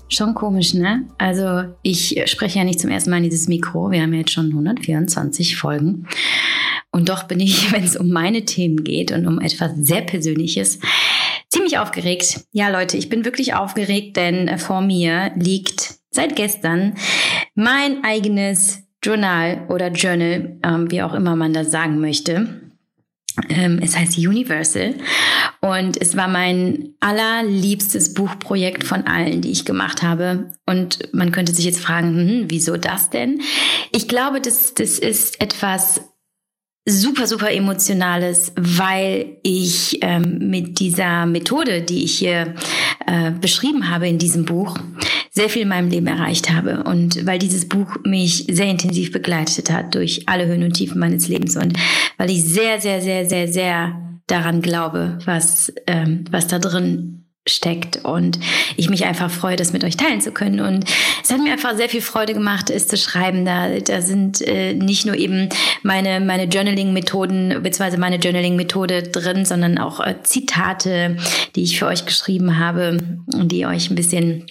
Schon komisch, ne? Also ich spreche ja nicht zum ersten Mal in dieses Mikro. Wir haben ja jetzt schon 124 Folgen. Und doch bin ich, wenn es um meine Themen geht und um etwas sehr Persönliches, ziemlich aufgeregt. Ja, Leute, ich bin wirklich aufgeregt, denn vor mir liegt seit gestern mein eigenes Journal oder Journal, wie auch immer man das sagen möchte. Es heißt Universal und es war mein allerliebstes Buchprojekt von allen, die ich gemacht habe. Und man könnte sich jetzt fragen, wieso das denn? Ich glaube, das ist etwas super, super Emotionales, weil ich mit dieser Methode, die ich hier beschrieben habe in diesem Buch, sehr viel in meinem Leben erreicht habe. Und weil dieses Buch mich sehr intensiv begleitet hat durch alle Höhen und Tiefen meines Lebens und weil ich sehr, sehr, sehr, sehr, sehr daran glaube, was da drin steckt und ich mich einfach freue, das mit euch teilen zu können. Und es hat mir einfach sehr viel Freude gemacht, es zu schreiben. Da sind nicht nur eben meine Journaling-Methoden bzw. meine Journaling-Methode drin, sondern auch Zitate, die ich für euch geschrieben habe und die euch ein bisschen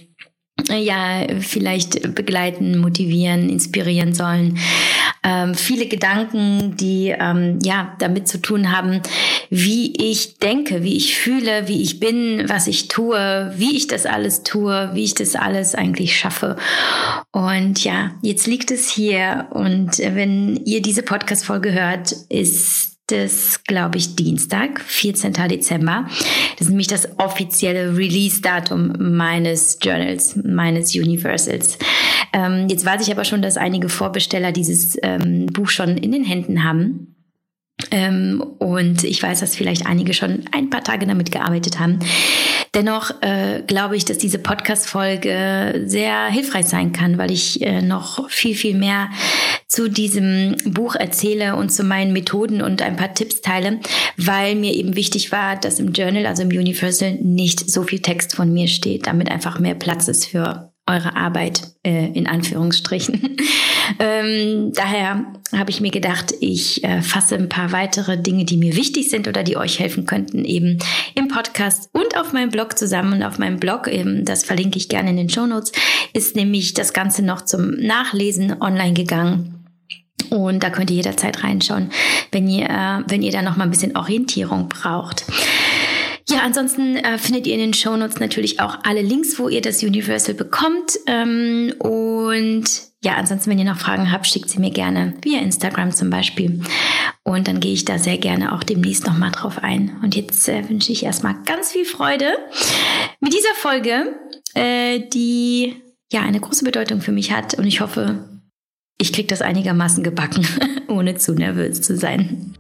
vielleicht begleiten, motivieren, inspirieren sollen. Viele Gedanken, die damit zu tun haben, wie ich denke, wie ich fühle, wie ich bin, was ich tue, wie ich das alles tue, wie ich das alles eigentlich schaffe. Und ja, jetzt liegt es hier und wenn ihr diese Podcast-Folge hört, ist das, glaube ich, Dienstag, 14. Dezember. Das ist nämlich das offizielle Release-Datum meines Journals, meines Universals. Jetzt weiß ich aber schon, dass einige Vorbesteller dieses Buch schon in den Händen haben. Und ich weiß, dass vielleicht einige schon ein paar Tage damit gearbeitet haben. Dennoch glaube ich, dass diese Podcast-Folge sehr hilfreich sein kann, weil ich noch viel, viel mehr zu diesem Buch erzähle und zu meinen Methoden und ein paar Tipps teile, weil mir eben wichtig war, dass im Journal, also im Universal, nicht so viel Text von mir steht, damit einfach mehr Platz ist für eure Arbeit, in Anführungsstrichen. Daher habe ich mir gedacht, ich fasse ein paar weitere Dinge, die mir wichtig sind oder die euch helfen könnten, eben im Podcast und auf meinem Blog zusammen. Und auf meinem Blog, das verlinke ich gerne in den Shownotes, ist nämlich das Ganze noch zum Nachlesen online gegangen. Und da könnt ihr jederzeit reinschauen, wenn ihr da noch mal ein bisschen Orientierung braucht. Ja, ansonsten findet ihr in den Shownotes natürlich auch alle Links, wo ihr das Universal bekommt. Und ja, ansonsten, wenn ihr noch Fragen habt, schickt sie mir gerne via Instagram zum Beispiel. Und dann gehe ich da sehr gerne auch demnächst nochmal drauf ein. Und jetzt wünsche ich erstmal ganz viel Freude mit dieser Folge, die ja eine große Bedeutung für mich hat. Und ich hoffe, ich kriege das einigermaßen gebacken, ohne zu nervös zu sein.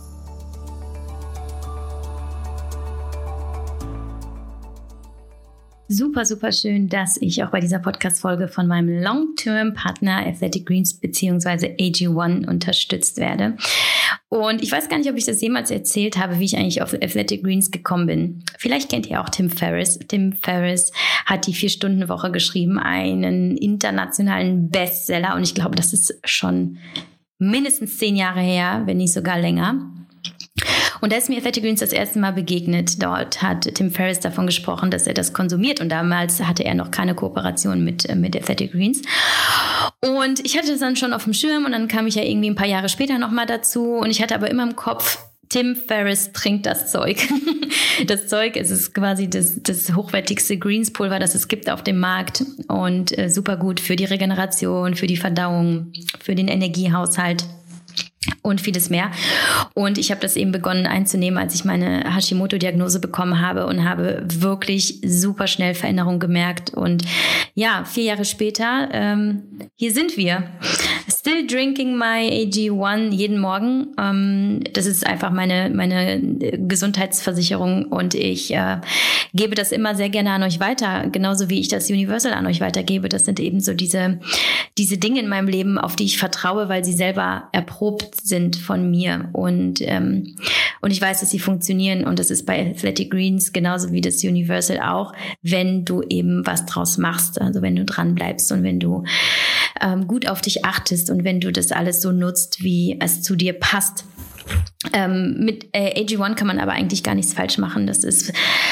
Super, super schön, dass ich auch bei dieser Podcast-Folge von meinem Long-Term-Partner Athletic Greens bzw. AG1 unterstützt werde. Und ich weiß gar nicht, ob ich das jemals erzählt habe, wie ich eigentlich auf Athletic Greens gekommen bin. Vielleicht kennt ihr auch Tim Ferriss. Tim Ferriss hat die 4-Stunden-Woche geschrieben, einen internationalen Bestseller. Und ich glaube, das ist schon mindestens 10 Jahre her, wenn nicht sogar länger. Und da ist mir Athletic Greens das erste Mal begegnet. Dort hat Tim Ferriss davon gesprochen, dass er das konsumiert. Und damals hatte er noch keine Kooperation mit Athletic Greens. Und ich hatte das dann schon auf dem Schirm. Und dann kam ich ja irgendwie ein paar Jahre später nochmal dazu. Und ich hatte aber immer im Kopf, Tim Ferriss trinkt das Zeug. Das Zeug, es ist quasi das hochwertigste Greens-Pulver, das es gibt auf dem Markt. Und super gut für die Regeneration, für die Verdauung, für den Energiehaushalt. Und vieles mehr. Und ich habe das eben begonnen einzunehmen, als ich meine Hashimoto-Diagnose bekommen habe und habe wirklich super schnell Veränderungen gemerkt. Und ja, 4 Jahre später, hier sind wir. Still drinking my AG1 jeden Morgen. Das ist einfach meine Gesundheitsversicherung und ich gebe das immer sehr gerne an euch weiter, genauso wie ich das Universal an euch weitergebe. Das sind eben so diese Dinge in meinem Leben, auf die ich vertraue, weil sie selber erprobt sind von mir und ich weiß, dass sie funktionieren und das ist bei Athletic Greens genauso wie das Universal auch, wenn du eben was draus machst, also wenn du dran bleibst und wenn du gut auf dich achtest und wenn du das alles so nutzt, wie es zu dir passt. Mit AG1 kann man aber eigentlich gar nichts falsch machen. Das ist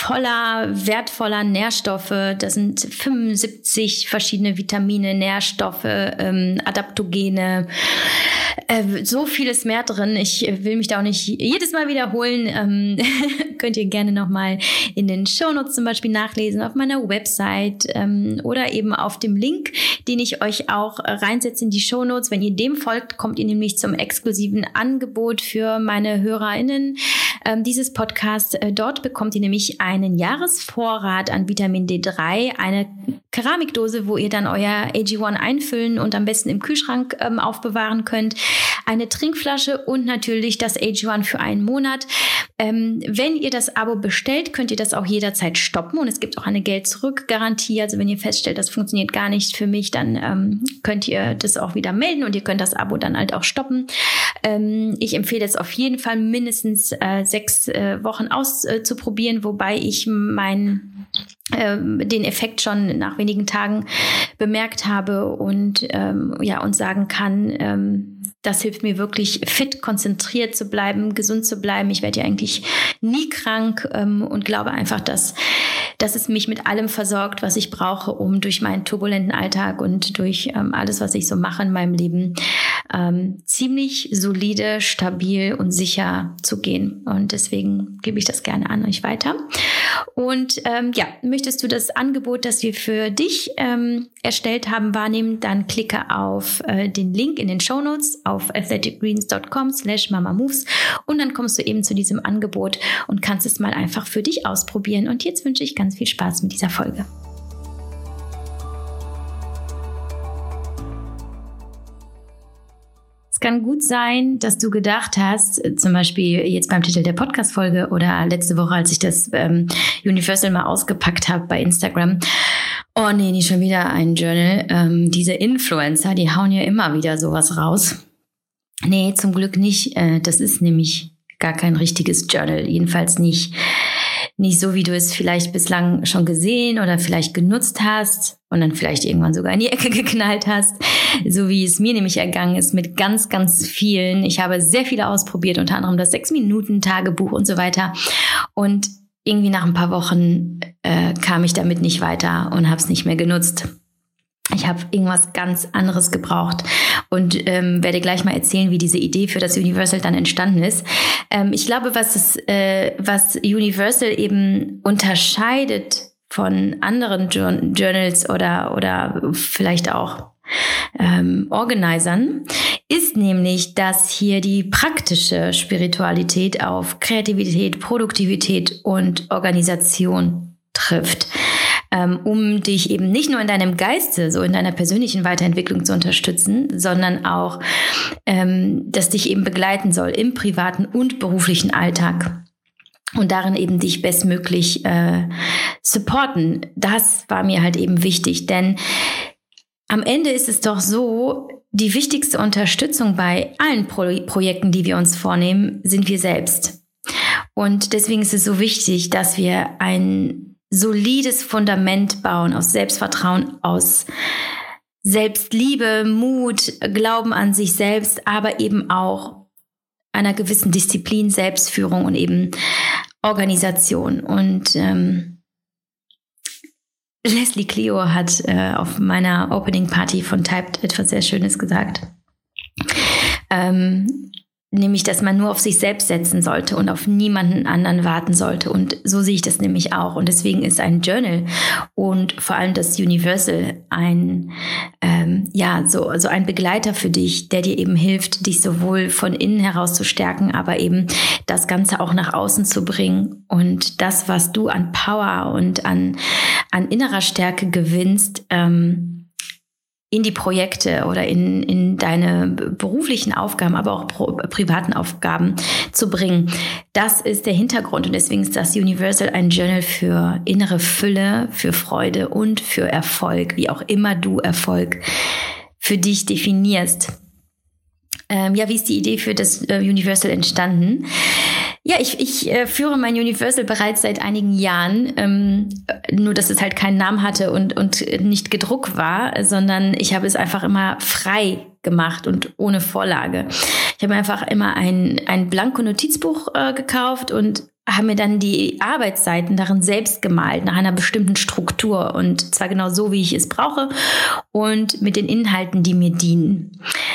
voller wertvoller Nährstoffe. Das sind 75 verschiedene Vitamine, Nährstoffe, Adaptogene, so vieles mehr drin. Ich will mich da auch nicht jedes Mal wiederholen. Könnt ihr gerne nochmal in den Shownotes zum Beispiel nachlesen, auf meiner Website oder eben auf dem Link, den ich euch auch reinsetze in die Shownotes. Wenn ihr dem folgt, kommt ihr nämlich zum exklusiven Angebot für meine HörerInnen dieses Podcast. Dort bekommt ihr nämlich einen Jahresvorrat an Vitamin D3, eine Keramikdose, wo ihr dann euer AG1 einfüllen und am besten im Kühlschrank aufbewahren könnt, eine Trinkflasche und natürlich das AG1 für einen Monat. Wenn ihr das Abo bestellt, könnt ihr das auch jederzeit stoppen und es gibt auch eine Geld-Zurück-Garantie. Also wenn ihr feststellt, das funktioniert gar nicht für mich, dann könnt ihr das auch wieder melden und ihr könnt das Abo dann halt auch stoppen. Ich empfehle es auf jeden Fall mindestens 6 Wochen auszuprobieren, wobei ich den Effekt schon nach wenigen Tagen bemerkt habe und sagen kann, das hilft mir wirklich fit, konzentriert zu bleiben, gesund zu bleiben. Ich werde ja eigentlich nie krank und glaube einfach, dass es mich mit allem versorgt, was ich brauche, um durch meinen turbulenten Alltag und durch alles, was ich so mache in meinem Leben, ziemlich solide, stabil und sicher zu gehen. Und deswegen gebe ich das gerne an euch weiter. Und möchtest du das Angebot, das wir für dich erstellt haben, wahrnehmen, dann klicke auf den Link in den Shownotes auf athleticgreens.com/mamamoves und dann kommst du eben zu diesem Angebot und kannst es mal einfach für dich ausprobieren. Und jetzt wünsche ich ganz viel Spaß mit dieser Folge. Es kann gut sein, dass du gedacht hast, zum Beispiel jetzt beim Titel der Podcast-Folge oder letzte Woche, als ich das Universal mal ausgepackt habe bei Instagram, oh nee, nicht schon wieder ein Journal. Diese Influencer, die hauen ja immer wieder sowas raus. Nee, zum Glück nicht. Das ist nämlich gar kein richtiges Journal. Jedenfalls nicht so, wie du es vielleicht bislang schon gesehen oder vielleicht genutzt hast und dann vielleicht irgendwann sogar in die Ecke geknallt hast. So wie es mir nämlich ergangen ist mit ganz, ganz vielen. Ich habe sehr viele ausprobiert, unter anderem das 6-Minuten-Tagebuch und so weiter. Und irgendwie nach ein paar Wochen kam ich damit nicht weiter und habe es nicht mehr genutzt. Ich habe irgendwas ganz anderes gebraucht und werde gleich mal erzählen, wie diese Idee für das Universal dann entstanden ist. Ich glaube, was Universal eben unterscheidet von anderen Journals oder vielleicht auch Organisern, ist nämlich, dass hier die praktische Spiritualität auf Kreativität, Produktivität und Organisation trifft. Um dich eben nicht nur in deinem Geiste, so in deiner persönlichen Weiterentwicklung zu unterstützen, sondern auch, dass dich eben begleiten soll im privaten und beruflichen Alltag. Und darin eben dich bestmöglich supporten. Das war mir halt eben wichtig, denn am Ende ist es doch so, die wichtigste Unterstützung bei allen Projekten, die wir uns vornehmen, sind wir selbst. Und deswegen ist es so wichtig, dass wir ein solides Fundament bauen aus Selbstvertrauen, aus Selbstliebe, Mut, Glauben an sich selbst, aber eben auch einer gewissen Disziplin, Selbstführung und eben Organisation. Und Leslie Clio hat auf meiner Opening Party von Typed etwas sehr Schönes gesagt. Nämlich, dass man nur auf sich selbst setzen sollte und auf niemanden anderen warten sollte. Und so sehe ich das nämlich auch. Und deswegen ist ein Journal und vor allem das Universal ein Begleiter für dich, der dir eben hilft, dich sowohl von innen heraus zu stärken, aber eben das Ganze auch nach außen zu bringen. Und das, was du an Power und an innerer Stärke gewinnst, in die Projekte oder in deine beruflichen Aufgaben, aber auch privaten Aufgaben zu bringen. Das ist der Hintergrund und deswegen ist das Universal ein Journal für innere Fülle, für Freude und für Erfolg, wie auch immer du Erfolg für dich definierst. Wie ist die Idee für das Universal entstanden? Ja, ich führe mein Universal bereits seit einigen Jahren, nur dass es halt keinen Namen hatte und nicht gedruckt war, sondern ich habe es einfach immer frei gemacht und ohne Vorlage. Ich habe einfach immer ein Blanko-Notizbuch gekauft und habe mir dann die Arbeitsseiten darin selbst gemalt, nach einer bestimmten Struktur und zwar genau so, wie ich es brauche und mit den Inhalten, die mir dienen.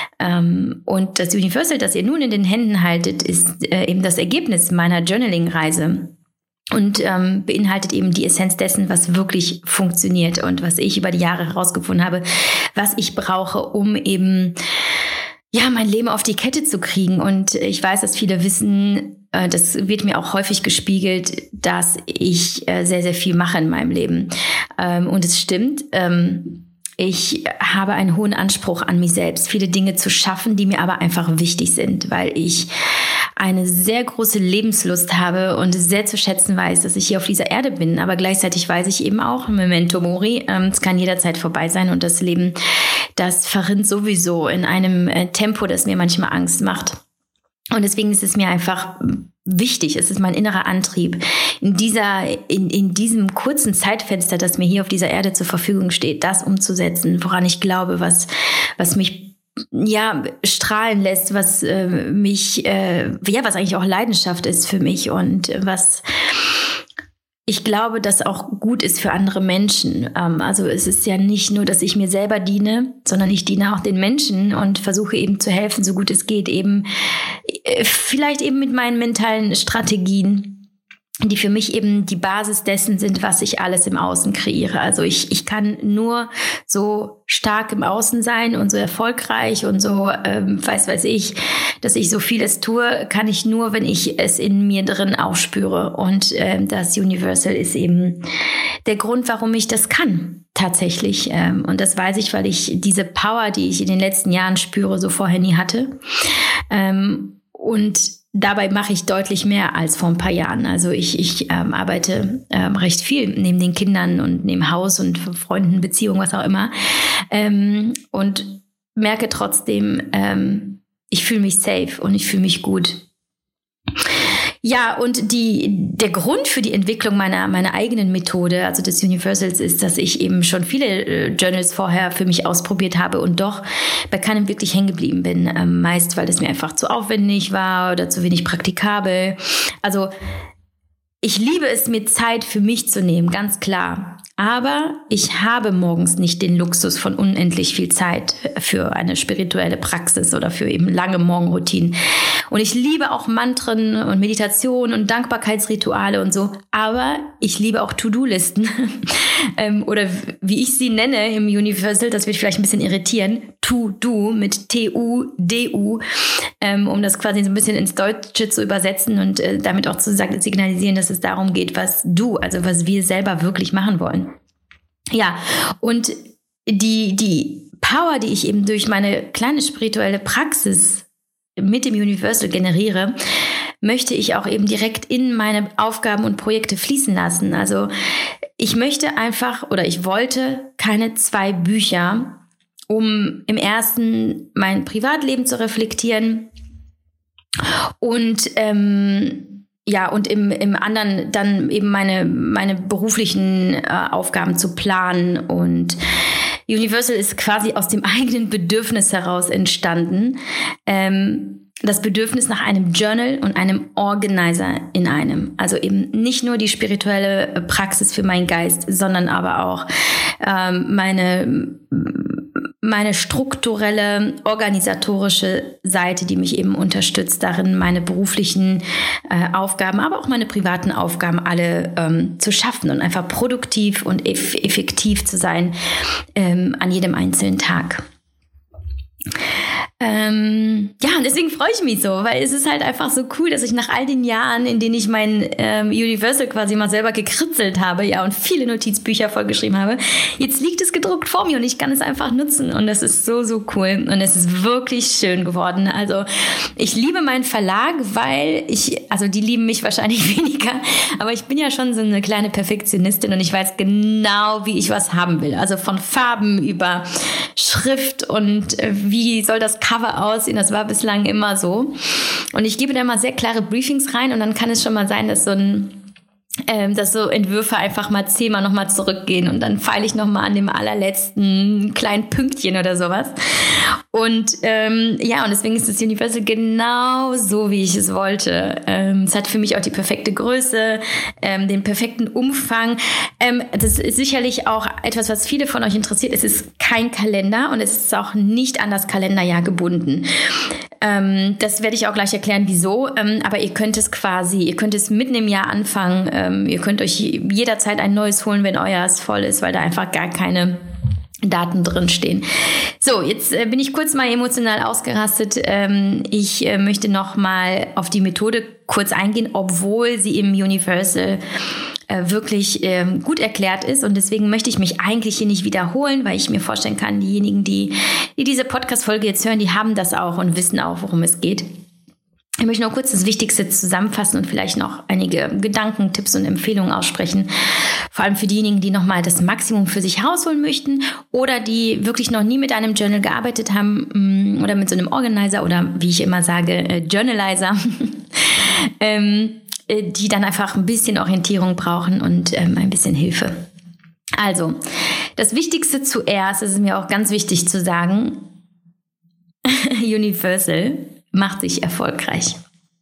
Und das Universal, das ihr nun in den Händen haltet, ist eben das Ergebnis meiner Journaling-Reise und beinhaltet eben die Essenz dessen, was wirklich funktioniert und was ich über die Jahre herausgefunden habe, was ich brauche, um eben mein Leben auf die Kette zu kriegen. Und ich weiß, dass viele wissen, das wird mir auch häufig gespiegelt, dass ich sehr, sehr viel mache in meinem Leben. Und es stimmt, ich habe einen hohen Anspruch an mich selbst, viele Dinge zu schaffen, die mir aber einfach wichtig sind, weil ich eine sehr große Lebenslust habe und sehr zu schätzen weiß, dass ich hier auf dieser Erde bin. Aber gleichzeitig weiß ich eben auch, Memento Mori, es kann jederzeit vorbei sein und das Leben, das verrinnt sowieso in einem Tempo, das mir manchmal Angst macht. Und deswegen ist es mir einfach wichtig, es ist mein innerer Antrieb, in diesem kurzen Zeitfenster, das mir hier auf dieser Erde zur Verfügung steht, das umzusetzen, woran ich glaube, was mich strahlen lässt, was mich, was eigentlich auch Leidenschaft ist für mich und was ich glaube, dass auch gut ist für andere Menschen. Also es ist ja nicht nur, dass ich mir selber diene, sondern ich diene auch den Menschen und versuche eben zu helfen, so gut es geht, eben vielleicht eben mit meinen mentalen Strategien, die für mich eben die Basis dessen sind, was ich alles im Außen kreiere. Also ich kann nur so stark im Außen sein und so erfolgreich und so, weiß ich, dass ich so vieles tue, kann ich nur, wenn ich es in mir drin auch spüre. Und das Universal ist eben der Grund, warum ich das kann, tatsächlich. Und das weiß ich, weil ich diese Power, die ich in den letzten Jahren spüre, so vorher nie hatte. Und dabei mache ich deutlich mehr als vor ein paar Jahren. Also ich arbeite recht viel neben den Kindern und neben Haus und Freunden, Beziehungen, was auch immer. Und merke trotzdem, ich fühle mich safe und ich fühle mich gut. Ja, und der Grund für die Entwicklung meiner eigenen Methode, also des Universals, ist, dass ich eben schon viele Journals vorher für mich ausprobiert habe und doch bei keinem wirklich hängen geblieben bin. Meist, weil es mir einfach zu aufwendig war oder zu wenig praktikabel. Also ich liebe es, mir Zeit für mich zu nehmen, ganz klar. Aber ich habe morgens nicht den Luxus von unendlich viel Zeit für eine spirituelle Praxis oder für eben lange Morgenroutinen. Und ich liebe auch Mantren und Meditation und Dankbarkeitsrituale und so. Aber ich liebe auch To-Do-Listen. Oder wie ich sie nenne im Universal, das wird vielleicht ein bisschen irritieren, To-Do mit T-U-D-U, um das quasi so ein bisschen ins Deutsche zu übersetzen und damit auch zu signalisieren, dass es darum geht, was wir selber wirklich machen wollen. Ja, und die Power, die ich eben durch meine kleine spirituelle Praxis mit dem Universal generiere, möchte ich auch eben direkt in meine Aufgaben und Projekte fließen lassen. Also ich wollte keine 2 Bücher, um im ersten mein Privatleben zu reflektieren und und im anderen dann eben meine beruflichen Aufgaben zu planen. Und Universal ist quasi aus dem eigenen Bedürfnis heraus entstanden. Das Bedürfnis nach einem Journal und einem Organizer in einem. Also eben nicht nur die spirituelle Praxis für meinen Geist, sondern aber auch meine strukturelle, organisatorische Seite, die mich eben unterstützt, darin meine beruflichen Aufgaben, aber auch meine privaten Aufgaben alle zu schaffen und einfach produktiv und effektiv zu sein an jedem einzelnen Tag. Und deswegen freue ich mich so, weil es ist halt einfach so cool, dass ich nach all den Jahren, in denen ich mein Universal quasi mal selber gekritzelt habe, und viele Notizbücher vollgeschrieben habe, jetzt liegt es gedruckt vor mir und ich kann es einfach nutzen und das ist so, so cool und es ist wirklich schön geworden. Also ich liebe meinen Verlag, weil die lieben mich wahrscheinlich weniger, aber ich bin ja schon so eine kleine Perfektionistin und ich weiß genau, wie ich was haben will. Also von Farben über Schrift und wie soll das Cover aussehen, das war bislang immer so. Und ich gebe da mal sehr klare Briefings rein und dann kann es schon mal sein, dass so Entwürfe einfach mal 10-mal nochmal zurückgehen und dann feile ich nochmal an dem allerletzten kleinen Pünktchen oder sowas. Und und deswegen ist das Universal genau so, wie ich es wollte. Es hat für mich auch die perfekte Größe, den perfekten Umfang. Das ist sicherlich auch etwas, was viele von euch interessiert. Es ist kein Kalender und es ist auch nicht an das Kalenderjahr gebunden. Das werde ich auch gleich erklären, wieso. Aber ihr könnt es mitten im Jahr anfangen. Ihr könnt euch jederzeit ein neues holen, wenn euers voll ist, weil da einfach gar keine Daten drin stehen. So, jetzt bin ich kurz mal emotional ausgerastet. Ich möchte noch mal auf die Methode kurz eingehen, obwohl sie im Universal wirklich gut erklärt ist. Und deswegen möchte ich mich eigentlich hier nicht wiederholen, weil ich mir vorstellen kann, diejenigen, die diese Podcast-Folge jetzt hören, die haben das auch und wissen auch, worum es geht. Ich möchte nur kurz das Wichtigste zusammenfassen und vielleicht noch einige Gedanken, Tipps und Empfehlungen aussprechen. Vor allem für diejenigen, die nochmal das Maximum für sich rausholen möchten oder die wirklich noch nie mit einem Journal gearbeitet haben oder mit so einem Organizer oder, wie ich immer sage, Journalizer, die dann einfach ein bisschen Orientierung brauchen und ein bisschen Hilfe. Also, das Wichtigste zuerst, das ist mir auch ganz wichtig zu sagen, Universal macht dich erfolgreich.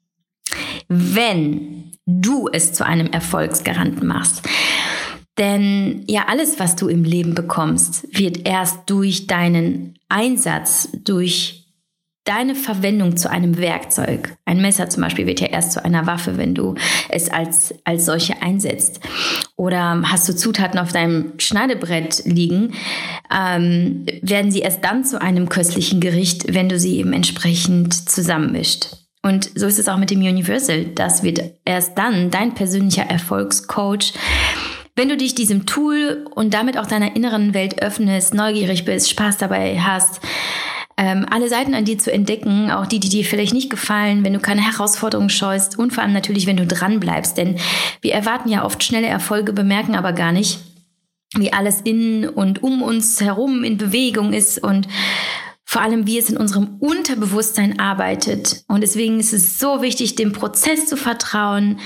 Wenn du es zu einem Erfolgsgaranten machst. Denn ja, alles, was du im Leben bekommst, wird erst durch deinen Einsatz, durch deine Verwendung zu einem Werkzeug. Ein Messer zum Beispiel wird ja erst zu einer Waffe, wenn du es als solche einsetzt. Oder hast du Zutaten auf deinem Schneidebrett liegen, werden sie erst dann zu einem köstlichen Gericht, wenn du sie eben entsprechend zusammenmischt. Und so ist es auch mit dem Universal. Das wird erst dann dein persönlicher Erfolgscoach, wenn du dich diesem Tool und damit auch deiner inneren Welt öffnest, neugierig bist, Spaß dabei hast, alle Seiten an dir zu entdecken, auch die dir vielleicht nicht gefallen, wenn du keine Herausforderungen scheust und vor allem natürlich, wenn du dran bleibst. Denn wir erwarten ja oft schnelle Erfolge, bemerken aber gar nicht, wie alles in und um uns herum in Bewegung ist und vor allem, wie es in unserem Unterbewusstsein arbeitet. Und deswegen ist es so wichtig, dem Prozess zu vertrauen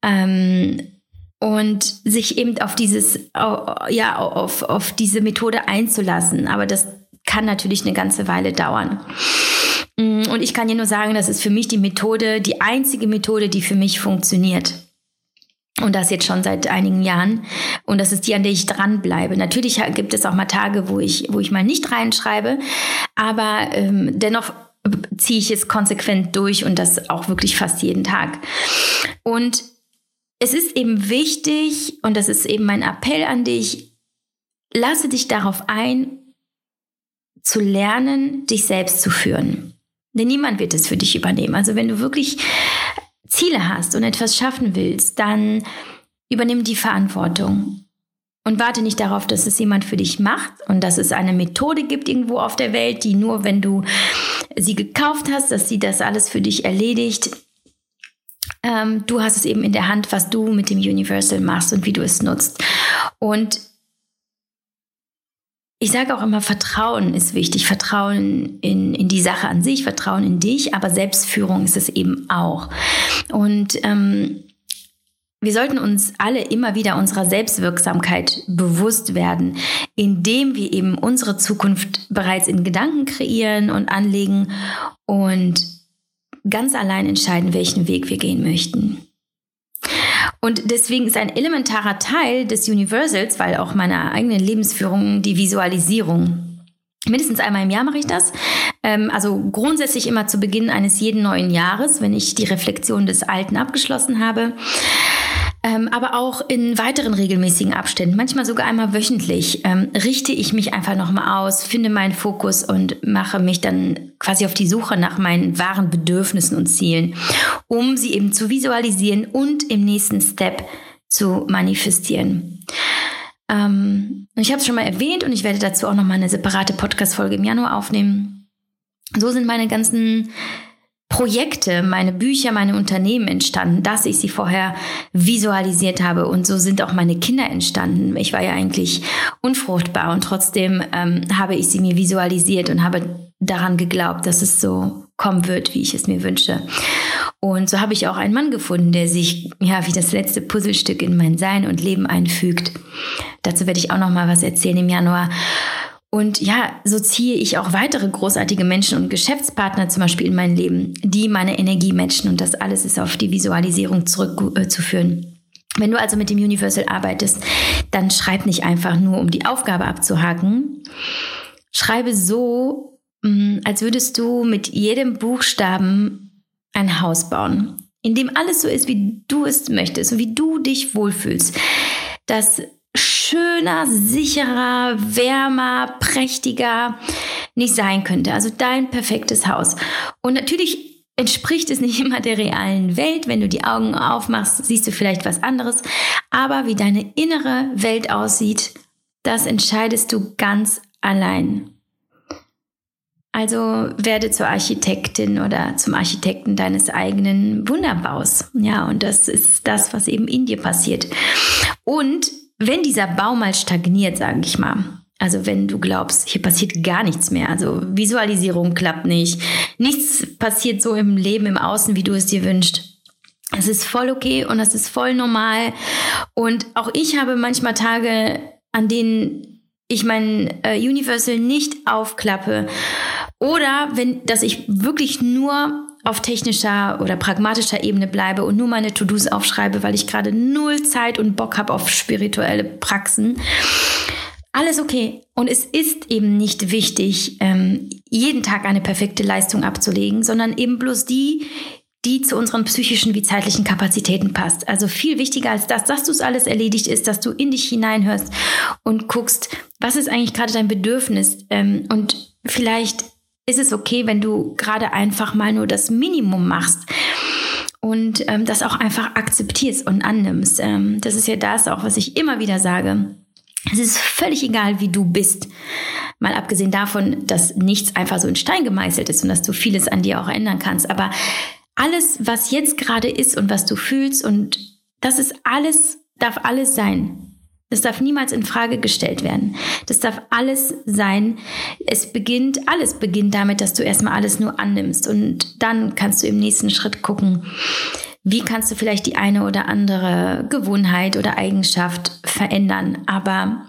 und sich eben auf auf diese Methode einzulassen. Aber das kann natürlich eine ganze Weile dauern. Und ich kann dir nur sagen, das ist für mich die einzige Methode, die für mich funktioniert. Und das jetzt schon seit einigen Jahren. Und das ist die, an der ich dranbleibe. Natürlich gibt es auch mal Tage, wo ich mal nicht reinschreibe. Aber dennoch ziehe ich es konsequent durch und das auch wirklich fast jeden Tag. Und es ist eben wichtig, und das ist eben mein Appell an dich, lasse dich darauf ein, zu lernen, dich selbst zu führen. Denn niemand wird es für dich übernehmen. Also wenn du wirklich Ziele hast und etwas schaffen willst, dann übernimm die Verantwortung. Und warte nicht darauf, dass es jemand für dich macht und dass es eine Methode gibt irgendwo auf der Welt, die nur, wenn du sie gekauft hast, dass sie das alles für dich erledigt. Du hast es eben in der Hand, was du mit dem Universal machst und wie du es nutzt. Und ich sage auch immer, Vertrauen ist wichtig. Vertrauen in die Sache an sich, Vertrauen in dich, aber Selbstführung ist es eben auch. Und wir sollten uns alle immer wieder unserer Selbstwirksamkeit bewusst werden, indem wir eben unsere Zukunft bereits in Gedanken kreieren und anlegen und ganz allein entscheiden, welchen Weg wir gehen möchten. Und deswegen ist ein elementarer Teil des Universals, weil auch meiner eigenen Lebensführung, die Visualisierung. Mindestens einmal im Jahr mache ich das. Also grundsätzlich immer zu Beginn eines jeden neuen Jahres, wenn ich die Reflexion des Alten abgeschlossen habe. Aber auch in weiteren regelmäßigen Abständen, manchmal sogar einmal wöchentlich, richte ich mich einfach nochmal aus, finde meinen Fokus und mache mich dann quasi auf die Suche nach meinen wahren Bedürfnissen und Zielen, um sie eben zu visualisieren und im nächsten Step zu manifestieren. Ich habe es schon mal erwähnt und ich werde dazu auch nochmal eine separate Podcast-Folge im Januar aufnehmen. So sind meine ganzen Projekte, meine Bücher, meine Unternehmen entstanden, dass ich sie vorher visualisiert habe. Und so sind auch meine Kinder entstanden. Ich war ja eigentlich unfruchtbar und trotzdem habe ich sie mir visualisiert und habe daran geglaubt, dass es so kommen wird, wie ich es mir wünsche. Und so habe ich auch einen Mann gefunden, der sich wie das letzte Puzzlestück in mein Sein und Leben einfügt. Dazu werde ich auch noch mal was erzählen im Januar. Und ja, so ziehe ich auch weitere großartige Menschen und Geschäftspartner zum Beispiel in mein Leben, die meine Energie matchen. Und das alles ist auf die Visualisierung zurückzuführen. Wenn du also mit dem Universal arbeitest, dann schreib nicht einfach nur, um die Aufgabe abzuhaken. Schreibe so, als würdest du mit jedem Buchstaben ein Haus bauen, in dem alles so ist, wie du es möchtest und wie du dich wohlfühlst. Das schöner, sicherer, wärmer, prächtiger nicht sein könnte. Also dein perfektes Haus. Und natürlich entspricht es nicht immer der realen Welt. Wenn du die Augen aufmachst, siehst du vielleicht was anderes. Aber wie deine innere Welt aussieht, das entscheidest du ganz allein. Also werde zur Architektin oder zum Architekten deines eigenen Wunderbaus. Ja, und das ist das, was eben in dir passiert. Und wenn dieser Bau mal stagniert, sage ich mal, also wenn du glaubst, hier passiert gar nichts mehr, also Visualisierung klappt nicht, nichts passiert so im Leben, im Außen, wie du es dir wünschst. Es ist voll okay und das ist voll normal. Und auch ich habe manchmal Tage, an denen ich mein Universal nicht aufklappe oder dass ich wirklich nur auf technischer oder pragmatischer Ebene bleibe und nur meine To-Dos aufschreibe, weil ich gerade null Zeit und Bock habe auf spirituelle Praxen. Alles okay. Und es ist eben nicht wichtig, jeden Tag eine perfekte Leistung abzulegen, sondern eben bloß die zu unseren psychischen wie zeitlichen Kapazitäten passt. Also viel wichtiger als das, dass du es alles erledigt ist, dass du in dich hineinhörst und guckst, was ist eigentlich gerade dein Bedürfnis? Und vielleicht ist es okay, wenn du gerade einfach mal nur das Minimum machst und das auch einfach akzeptierst und annimmst. Das ist ja das auch, was ich immer wieder sage. Es ist völlig egal, wie du bist. Mal abgesehen davon, dass nichts einfach so in Stein gemeißelt ist und dass du vieles an dir auch ändern kannst. Aber alles, was jetzt gerade ist und was du fühlst, und das ist alles, darf alles sein. Das darf niemals in Frage gestellt werden. Das darf alles sein. Alles beginnt damit, dass du erstmal alles nur annimmst. Und dann kannst du im nächsten Schritt gucken, wie kannst du vielleicht die eine oder andere Gewohnheit oder Eigenschaft verändern. Aber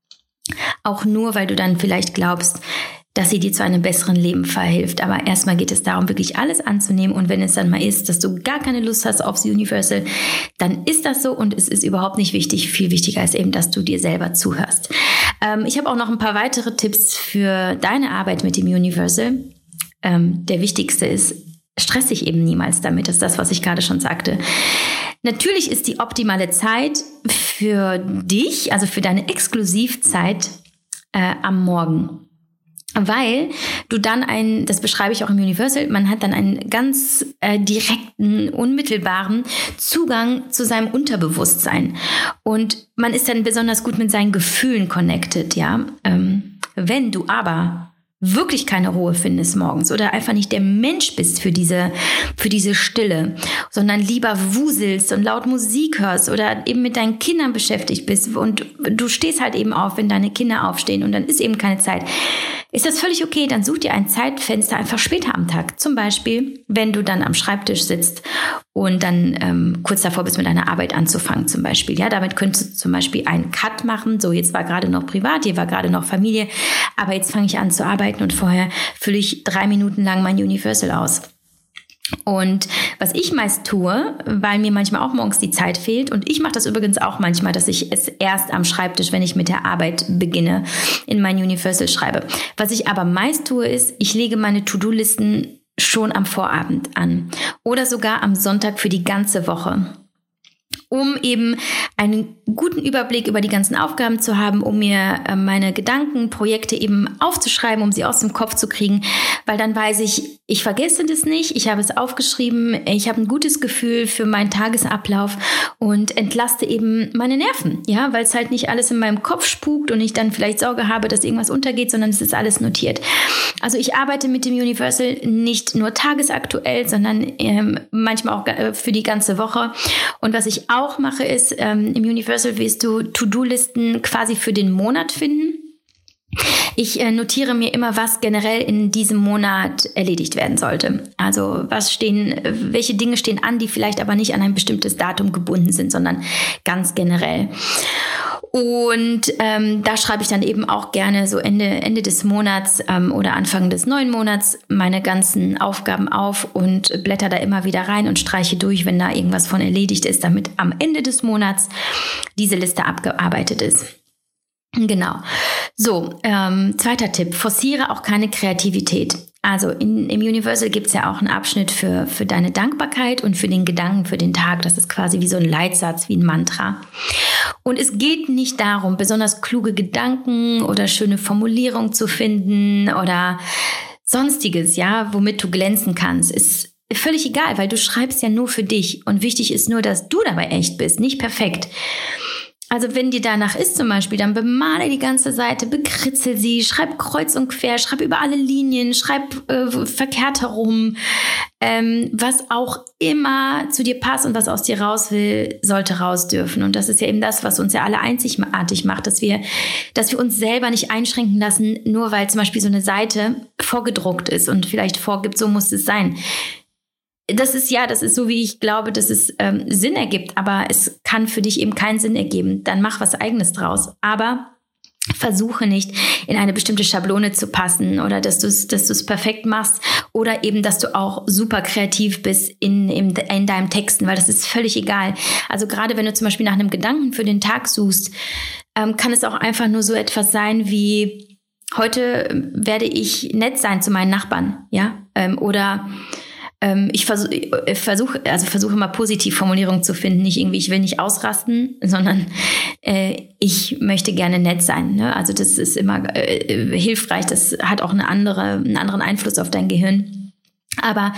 auch nur, weil du dann vielleicht glaubst, dass sie dir zu einem besseren Leben verhilft. Aber erstmal geht es darum, wirklich alles anzunehmen. Und wenn es dann mal ist, dass du gar keine Lust hast aufs Universal, dann ist das so und es ist überhaupt nicht wichtig. Viel wichtiger ist eben, dass du dir selber zuhörst. Ich habe auch noch ein paar weitere Tipps für deine Arbeit mit dem Universal. Der wichtigste ist, stress dich eben niemals damit. Das ist das, was ich gerade schon sagte. Natürlich ist die optimale Zeit für dich, also für deine Exklusivzeit am Morgen. Weil du dann das beschreibe ich auch im Universal, man hat dann einen ganz direkten, unmittelbaren Zugang zu seinem Unterbewusstsein. Und man ist dann besonders gut mit seinen Gefühlen connected, ja. Wenn du aber wirklich keine Ruhe findest morgens oder einfach nicht der Mensch bist für diese Stille, sondern lieber wuselst und laut Musik hörst oder eben mit deinen Kindern beschäftigt bist und du stehst halt eben auf, wenn deine Kinder aufstehen und dann ist eben keine Zeit, ist das völlig okay. Dann such dir ein Zeitfenster einfach später am Tag. Zum Beispiel, wenn du dann am Schreibtisch sitzt und dann kurz davor bist, mit deiner Arbeit anzufangen zum Beispiel. Ja, damit könntest du zum Beispiel einen Cut machen. So, jetzt war gerade noch privat, hier war gerade noch Familie, aber jetzt fange ich an zu arbeiten und vorher fülle ich 3 Minuten lang mein Universal aus. Und was ich meist tue, weil mir manchmal auch morgens die Zeit fehlt, und ich mache das übrigens auch manchmal, dass ich es erst am Schreibtisch, wenn ich mit der Arbeit beginne, in mein Universal schreibe. Was ich aber meist tue, ist, ich lege meine To-Do-Listen schon am Vorabend an oder sogar am Sonntag für die ganze Woche, um eben einen guten Überblick über die ganzen Aufgaben zu haben, um mir meine Gedanken, Projekte eben aufzuschreiben, um sie aus dem Kopf zu kriegen, weil dann weiß ich, ich vergesse das nicht, ich habe es aufgeschrieben, ich habe ein gutes Gefühl für meinen Tagesablauf und entlaste eben meine Nerven, ja, weil es halt nicht alles in meinem Kopf spukt und ich dann vielleicht Sorge habe, dass irgendwas untergeht, sondern es ist alles notiert. Also ich arbeite mit dem Universal nicht nur tagesaktuell, sondern manchmal auch für die ganze Woche. Und was ich auch mache, ist, im Universal wirst du To-Do-Listen quasi für den Monat finden. Ich notiere mir immer, was generell in diesem Monat erledigt werden sollte. Also welche Dinge stehen an, die vielleicht aber nicht an ein bestimmtes Datum gebunden sind, sondern ganz generell. Und da schreibe ich dann eben auch gerne so Ende des Monats oder Anfang des neuen Monats meine ganzen Aufgaben auf und blätter da immer wieder rein und streiche durch, wenn da irgendwas von erledigt ist, damit am Ende des Monats diese Liste abgearbeitet ist. Genau. So, zweiter Tipp, forciere auch keine Kreativität. Also im Universal gibt es ja auch einen Abschnitt für deine Dankbarkeit und für den Gedanken für den Tag. Das ist quasi wie so ein Leitsatz, wie ein Mantra. Und es geht nicht darum, besonders kluge Gedanken oder schöne Formulierungen zu finden oder sonstiges, ja, womit du glänzen kannst. Ist völlig egal, weil du schreibst ja nur für dich. Und wichtig ist nur, dass du dabei echt bist, nicht perfekt. Also wenn dir danach ist zum Beispiel, dann bemale die ganze Seite, bekritzel sie, schreib kreuz und quer, schreib über alle Linien, schreib verkehrt herum. Was auch immer zu dir passt und was aus dir raus will, sollte raus dürfen. Und das ist ja eben das, was uns ja alle einzigartig macht, dass wir uns selber nicht einschränken lassen, nur weil zum Beispiel so eine Seite vorgedruckt ist und vielleicht vorgibt, so muss es sein. Das ist so, wie ich glaube, dass es Sinn ergibt, aber es kann für dich eben keinen Sinn ergeben. Dann mach was Eigenes draus. Aber versuche nicht, in eine bestimmte Schablone zu passen oder dass du es perfekt machst oder eben, dass du auch super kreativ bist in deinem Texten, weil das ist völlig egal. Also gerade wenn du zum Beispiel nach einem Gedanken für den Tag suchst, kann es auch einfach nur so etwas sein wie: Heute werde ich nett sein zu meinen Nachbarn, ja, oder ich versuche immer positiv Formulierungen zu finden, nicht irgendwie, ich will nicht ausrasten, sondern ich möchte gerne nett sein. Ne? Also das ist immer hilfreich, das hat auch einen anderen Einfluss auf dein Gehirn. Aber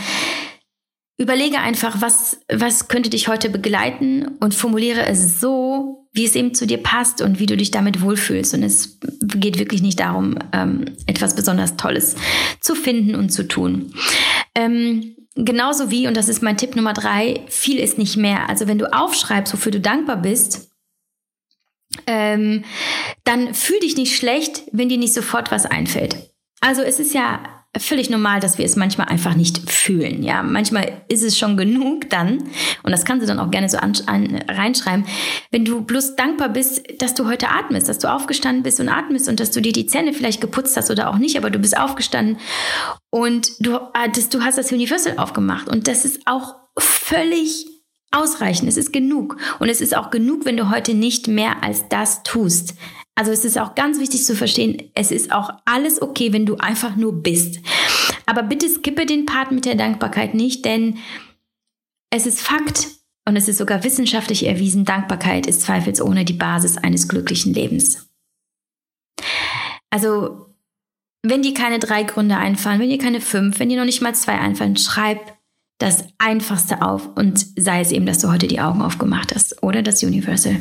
überlege einfach, was könnte dich heute begleiten und formuliere es so, wie es eben zu dir passt und wie du dich damit wohlfühlst. Und es geht wirklich nicht darum, etwas besonders Tolles zu finden und zu tun. Genauso wie, und das ist mein Tipp Nummer 3, viel ist nicht mehr. Also wenn du aufschreibst, wofür du dankbar bist, dann fühl dich nicht schlecht, wenn dir nicht sofort was einfällt. Also es ist ja völlig normal, dass wir es manchmal einfach nicht fühlen. Ja, manchmal ist es schon genug dann, und das kannst du dann auch gerne so reinschreiben, wenn du bloß dankbar bist, dass du heute atmest, dass du aufgestanden bist und atmest und dass du dir die Zähne vielleicht geputzt hast oder auch nicht, aber du bist aufgestanden und du hast das Universal aufgemacht, und das ist auch völlig ausreichend. Es ist genug, und es ist auch genug, wenn du heute nicht mehr als das tust. Also es ist auch ganz wichtig zu verstehen, es ist auch alles okay, wenn du einfach nur bist. Aber bitte skippe den Part mit der Dankbarkeit nicht, denn es ist Fakt und es ist sogar wissenschaftlich erwiesen, Dankbarkeit ist zweifelsohne die Basis eines glücklichen Lebens. Also wenn dir keine 3 Gründe einfallen, wenn dir keine 5, wenn dir noch nicht mal 2 einfallen, schreib das Einfachste auf und sei es eben, dass du heute die Augen aufgemacht hast oder das Universal.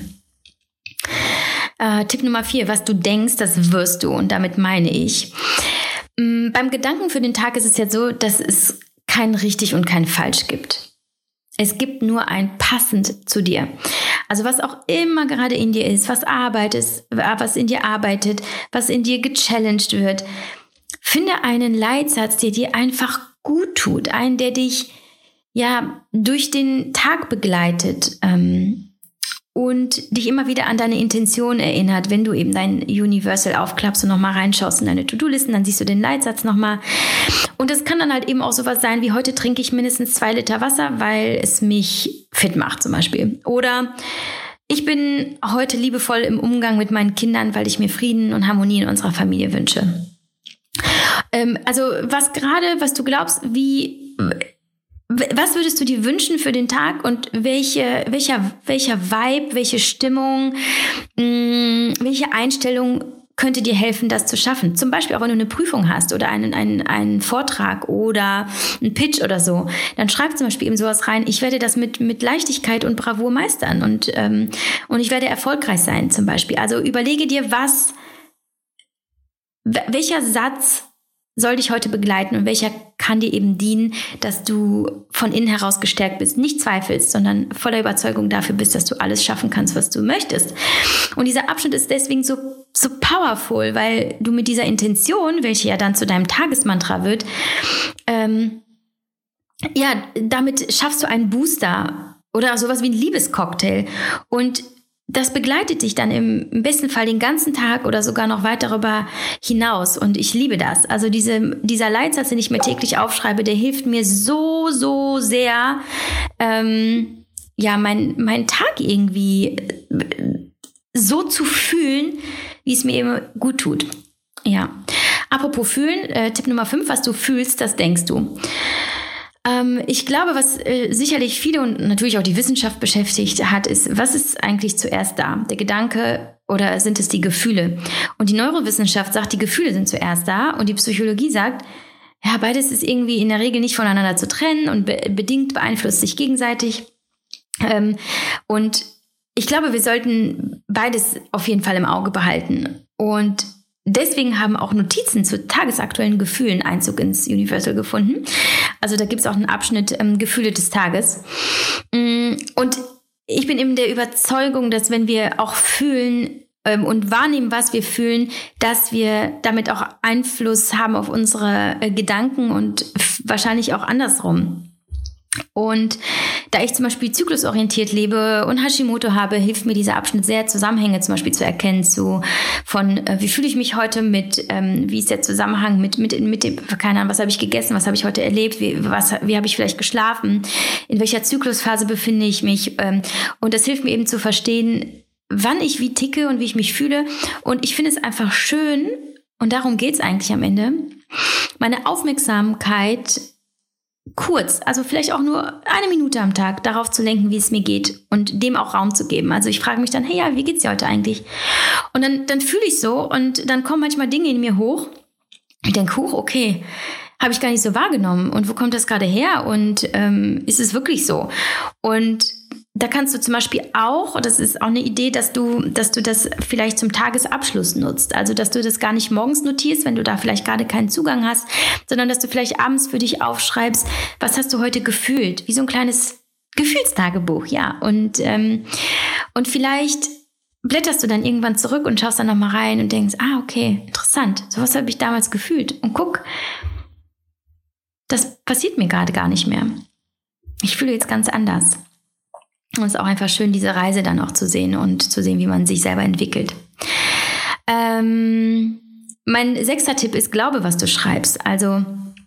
Tipp Nummer 4, was du denkst, das wirst du, und damit meine ich, beim Gedanken für den Tag ist es ja so, dass es kein richtig und kein falsch gibt. Es gibt nur ein passend zu dir. Also was auch immer gerade in dir ist, was in dir arbeitet, was in dir gechallenged wird, finde einen Leitsatz, der dir einfach gut tut, einen, der dich durch den Tag begleitet, und dich immer wieder an deine Intention erinnert. Wenn du eben dein Universal aufklappst und nochmal reinschaust in deine To-Do-Listen, dann siehst du den Leitsatz nochmal. Und das kann dann halt eben auch sowas sein wie: Heute trinke ich mindestens 2 Liter Wasser, weil es mich fit macht zum Beispiel. Oder ich bin heute liebevoll im Umgang mit meinen Kindern, weil ich mir Frieden und Harmonie in unserer Familie wünsche. Also was du glaubst, was würdest du dir wünschen für den Tag, und welcher Vibe, welche Stimmung, welche Einstellung könnte dir helfen, das zu schaffen? Zum Beispiel auch, wenn du eine Prüfung hast oder einen Vortrag oder einen Pitch oder so, dann schreib zum Beispiel eben sowas rein: Ich werde das mit Leichtigkeit und Bravour meistern und ich werde erfolgreich sein zum Beispiel. Also überlege dir, welcher Satz soll dich heute begleiten und welcher kann dir eben dienen, dass du von innen heraus gestärkt bist, nicht zweifelst, sondern voller Überzeugung dafür bist, dass du alles schaffen kannst, was du möchtest. Und dieser Abschnitt ist deswegen so powerful, weil du mit dieser Intention, welche ja dann zu deinem Tagesmantra wird, damit schaffst du einen Booster oder sowas wie einen Liebescocktail. Und das begleitet dich dann im besten Fall den ganzen Tag oder sogar noch weit darüber hinaus. Und ich liebe das. Also dieser Leitsatz, den ich mir täglich aufschreibe, der hilft mir so, so sehr, meinen Tag irgendwie so zu fühlen, wie es mir eben gut tut. Ja. Apropos fühlen, Tipp Nummer 5, was du fühlst, das denkst du. Ich glaube, was sicherlich viele und natürlich auch die Wissenschaft beschäftigt hat, ist, was ist eigentlich zuerst da? Der Gedanke oder sind es die Gefühle? Und die Neurowissenschaft sagt, die Gefühle sind zuerst da und die Psychologie sagt, ja, beides ist irgendwie in der Regel nicht voneinander zu trennen und bedingt beeinflusst sich gegenseitig. Und ich glaube, wir sollten beides auf jeden Fall im Auge behalten. Und deswegen haben auch Notizen zu tagesaktuellen Gefühlen Einzug ins Universal gefunden. Also da gibt es auch einen Abschnitt Gefühle des Tages. Und ich bin eben der Überzeugung, dass wenn wir auch fühlen und wahrnehmen, was wir fühlen, dass wir damit auch Einfluss haben auf unsere Gedanken und wahrscheinlich auch andersrum. Und da ich zum Beispiel zyklusorientiert lebe und Hashimoto habe, hilft mir dieser Abschnitt sehr, Zusammenhänge zum Beispiel zu erkennen, von wie fühle ich mich heute wie ist der Zusammenhang mit dem, keine Ahnung, was habe ich gegessen, was habe ich heute erlebt, wie habe ich vielleicht geschlafen, in welcher Zyklusphase befinde ich mich. Und das hilft mir eben zu verstehen, wann ich wie ticke und wie ich mich fühle. Und ich finde es einfach schön, und darum geht es eigentlich am Ende, meine Aufmerksamkeit kurz, also vielleicht auch nur 1 Minute am Tag, darauf zu lenken, wie es mir geht und dem auch Raum zu geben. Also ich frage mich dann, hey, ja, wie geht's dir heute eigentlich? Und dann fühle ich so und dann kommen manchmal Dinge in mir hoch. Ich denke, okay, habe ich gar nicht so wahrgenommen. Und wo kommt das gerade her? Und ist es wirklich so? Und da kannst du zum Beispiel auch, das ist auch eine Idee, dass du das vielleicht zum Tagesabschluss nutzt. Also, dass du das gar nicht morgens notierst, wenn du da vielleicht gerade keinen Zugang hast, sondern dass du vielleicht abends für dich aufschreibst, was hast du heute gefühlt? Wie so ein kleines Gefühlstagebuch, ja. Und vielleicht blätterst du dann irgendwann zurück und schaust dann nochmal rein und denkst, okay, interessant, sowas habe ich damals gefühlt. Und guck, das passiert mir gerade gar nicht mehr. Ich fühle jetzt ganz anders. Und es ist auch einfach schön, diese Reise dann auch zu sehen und zu sehen, wie man sich selber entwickelt. Mein 6. Tipp ist, glaube, was du schreibst. Also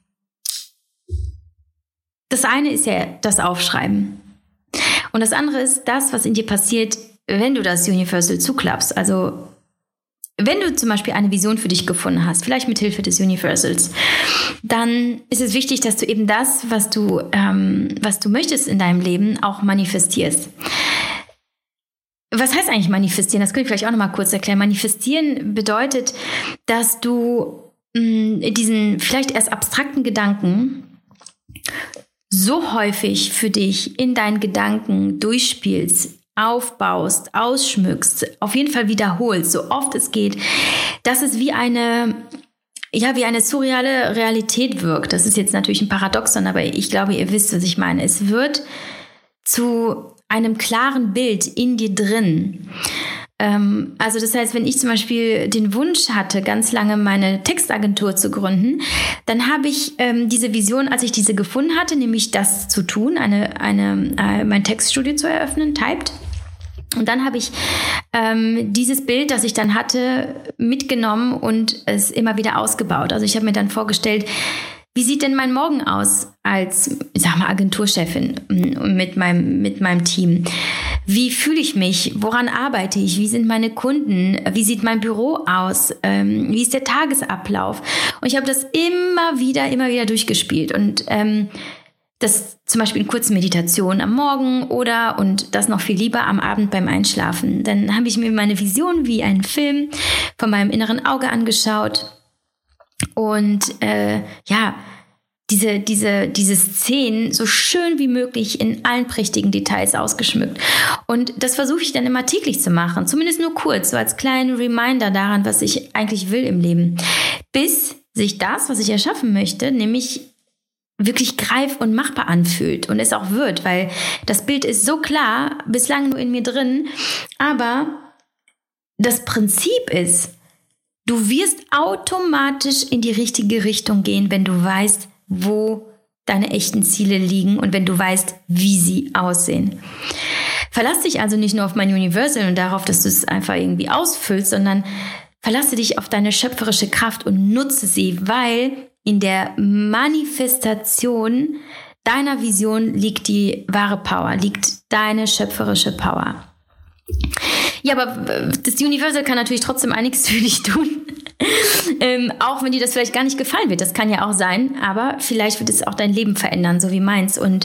das eine ist ja das Aufschreiben. Und das andere ist das, was in dir passiert, wenn du das Universal zuklappst. Also wenn du zum Beispiel eine Vision für dich gefunden hast, vielleicht mit Hilfe des Universals, dann ist es wichtig, dass du eben das, was du möchtest in deinem Leben, auch manifestierst. Was heißt eigentlich manifestieren? Das könnte ich vielleicht auch noch mal kurz erklären. Manifestieren bedeutet, dass du diesen vielleicht erst abstrakten Gedanken so häufig für dich in deinen Gedanken durchspielst, aufbaust, ausschmückst, auf jeden Fall wiederholst, so oft es geht, dass es wie eine surreale Realität wirkt. Das ist jetzt natürlich ein Paradoxon, aber ich glaube, ihr wisst, was ich meine. Es wird zu einem klaren Bild in dir drin. Also das heißt, wenn ich zum Beispiel den Wunsch hatte, ganz lange meine Textagentur zu gründen, dann habe ich diese Vision, als ich diese gefunden hatte, nämlich das zu tun, mein Textstudio zu eröffnen, Typed. Und dann habe ich dieses Bild, das ich dann hatte, mitgenommen und es immer wieder ausgebaut. Also ich habe mir dann vorgestellt, wie sieht denn mein Morgen aus als, ich sag mal, Agenturchefin mit meinem Team? Wie fühle ich mich? Woran arbeite ich? Wie sind meine Kunden? Wie sieht mein Büro aus? Wie ist der Tagesablauf? Und ich habe das immer wieder durchgespielt und das zum Beispiel in kurzen Meditationen am Morgen und das noch viel lieber am Abend beim Einschlafen. Dann habe ich mir meine Vision wie einen Film von meinem inneren Auge angeschaut und diese Szenen so schön wie möglich in allen prächtigen Details ausgeschmückt. Und das versuche ich dann immer täglich zu machen, zumindest nur kurz, so als kleinen Reminder daran, was ich eigentlich will im Leben. Bis sich das, was ich erschaffen möchte, nämlich wirklich greif- und machbar anfühlt und es auch wird, weil das Bild ist so klar, bislang nur in mir drin, aber das Prinzip ist, du wirst automatisch in die richtige Richtung gehen, wenn du weißt, wo deine echten Ziele liegen und wenn du weißt, wie sie aussehen. Verlass dich also nicht nur auf mein Universal und darauf, dass du es einfach irgendwie ausfüllst, sondern verlasse dich auf deine schöpferische Kraft und nutze sie, weil in der Manifestation deiner Vision liegt die wahre Power, liegt deine schöpferische Power. Ja, aber das Universal kann natürlich trotzdem einiges für dich tun. Auch wenn dir das vielleicht gar nicht gefallen wird, das kann ja auch sein, aber vielleicht wird es auch dein Leben verändern, so wie meins. Und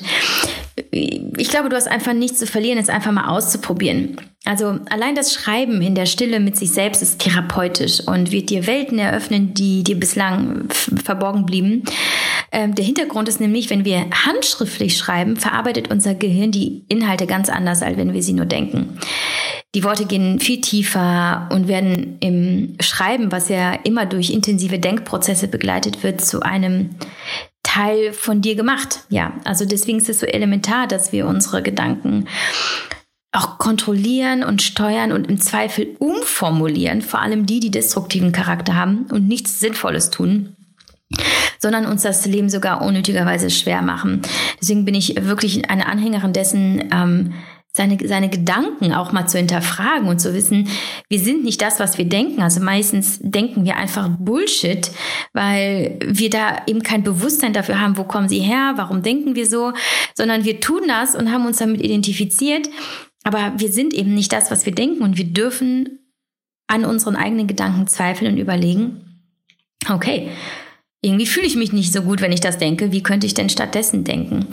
ich glaube, du hast einfach nichts zu verlieren, es einfach mal auszuprobieren. Also allein das Schreiben in der Stille mit sich selbst ist therapeutisch und wird dir Welten eröffnen, die dir bislang verborgen blieben. Der Hintergrund ist nämlich, wenn wir handschriftlich schreiben, verarbeitet unser Gehirn die Inhalte ganz anders, als wenn wir sie nur denken. Die Worte gehen viel tiefer und werden im Schreiben, was ja immer durch intensive Denkprozesse begleitet wird, zu einem Teil von dir gemacht. Ja, also deswegen ist es so elementar, dass wir unsere Gedanken auch kontrollieren und steuern und im Zweifel umformulieren, vor allem die destruktiven Charakter haben und nichts Sinnvolles tun, sondern uns das Leben sogar unnötigerweise schwer machen. Deswegen bin ich wirklich eine Anhängerin dessen, seine Gedanken auch mal zu hinterfragen und zu wissen, wir sind nicht das, was wir denken. Also meistens denken wir einfach Bullshit, weil wir da eben kein Bewusstsein dafür haben, wo kommen sie her, warum denken wir so, sondern wir tun das und haben uns damit identifiziert. Aber wir sind eben nicht das, was wir denken und wir dürfen an unseren eigenen Gedanken zweifeln und überlegen, okay, irgendwie fühle ich mich nicht so gut, wenn ich das denke. Wie könnte ich denn stattdessen denken?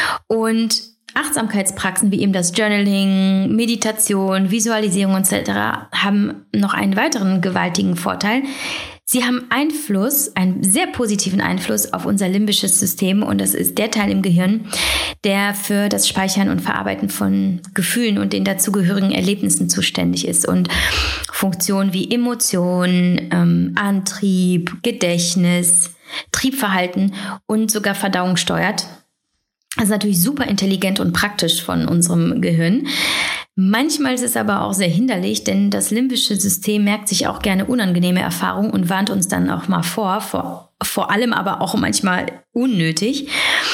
Und Achtsamkeitspraxen wie eben das Journaling, Meditation, Visualisierung etc. haben noch einen weiteren gewaltigen Vorteil. Sie haben Einfluss, einen sehr positiven Einfluss auf unser limbisches System und das ist der Teil im Gehirn, der für das Speichern und Verarbeiten von Gefühlen und den dazugehörigen Erlebnissen zuständig ist und Funktionen wie Emotionen, Antrieb, Gedächtnis, Triebverhalten und sogar Verdauung steuert. Das ist natürlich super intelligent und praktisch von unserem Gehirn. Manchmal ist es aber auch sehr hinderlich, denn das limbische System merkt sich auch gerne unangenehme Erfahrungen und warnt uns dann auch mal vor allem aber auch manchmal unnötig,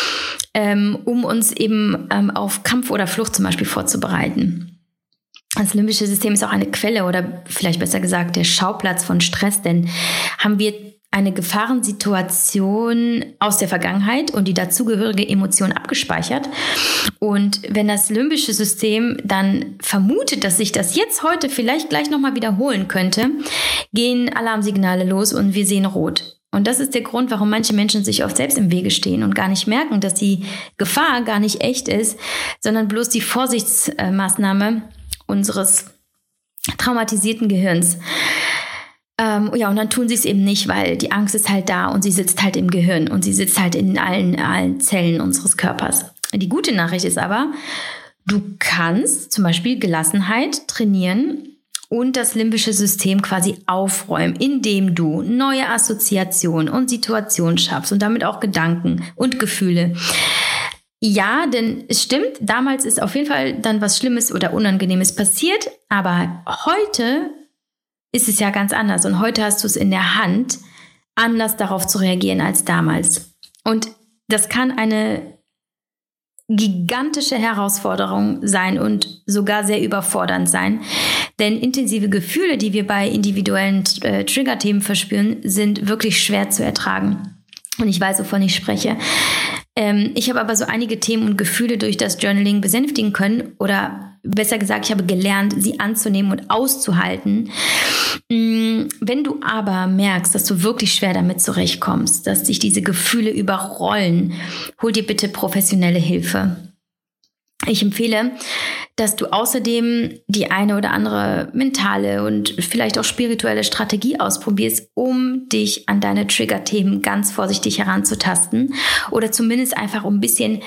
um uns eben auf Kampf oder Flucht zum Beispiel vorzubereiten. Das limbische System ist auch eine Quelle oder vielleicht besser gesagt der Schauplatz von Stress, denn haben wir eine Gefahrensituation aus der Vergangenheit und die dazugehörige Emotion abgespeichert. Und wenn das limbische System dann vermutet, dass sich das jetzt heute vielleicht gleich nochmal wiederholen könnte, gehen Alarmsignale los und wir sehen rot. Und das ist der Grund, warum manche Menschen sich oft selbst im Wege stehen und gar nicht merken, dass die Gefahr gar nicht echt ist, sondern bloß die Vorsichtsmaßnahme unseres traumatisierten Gehirns. Und dann tun sie es eben nicht, weil die Angst ist halt da und sie sitzt halt im Gehirn und sie sitzt halt in allen Zellen unseres Körpers. Die gute Nachricht ist aber, du kannst zum Beispiel Gelassenheit trainieren und das limbische System quasi aufräumen, indem du neue Assoziationen und Situationen schaffst und damit auch Gedanken und Gefühle. Ja, denn es stimmt, damals ist auf jeden Fall dann was Schlimmes oder Unangenehmes passiert, aber heute ist es ja ganz anders und heute hast du es in der Hand, anders darauf zu reagieren als damals. Und das kann eine gigantische Herausforderung sein und sogar sehr überfordernd sein, denn intensive Gefühle, die wir bei individuellen Triggerthemen verspüren, sind wirklich schwer zu ertragen. Und ich weiß, wovon ich spreche. Ich habe aber so einige Themen und Gefühle durch das Journaling besänftigen können oder besser gesagt, ich habe gelernt, sie anzunehmen und auszuhalten. Wenn du aber merkst, dass du wirklich schwer damit zurechtkommst, dass dich diese Gefühle überrollen, hol dir bitte professionelle Hilfe. Ich empfehle, dass du außerdem die eine oder andere mentale und vielleicht auch spirituelle Strategie ausprobierst, um dich an deine Trigger-Themen ganz vorsichtig heranzutasten oder zumindest einfach um ein bisschen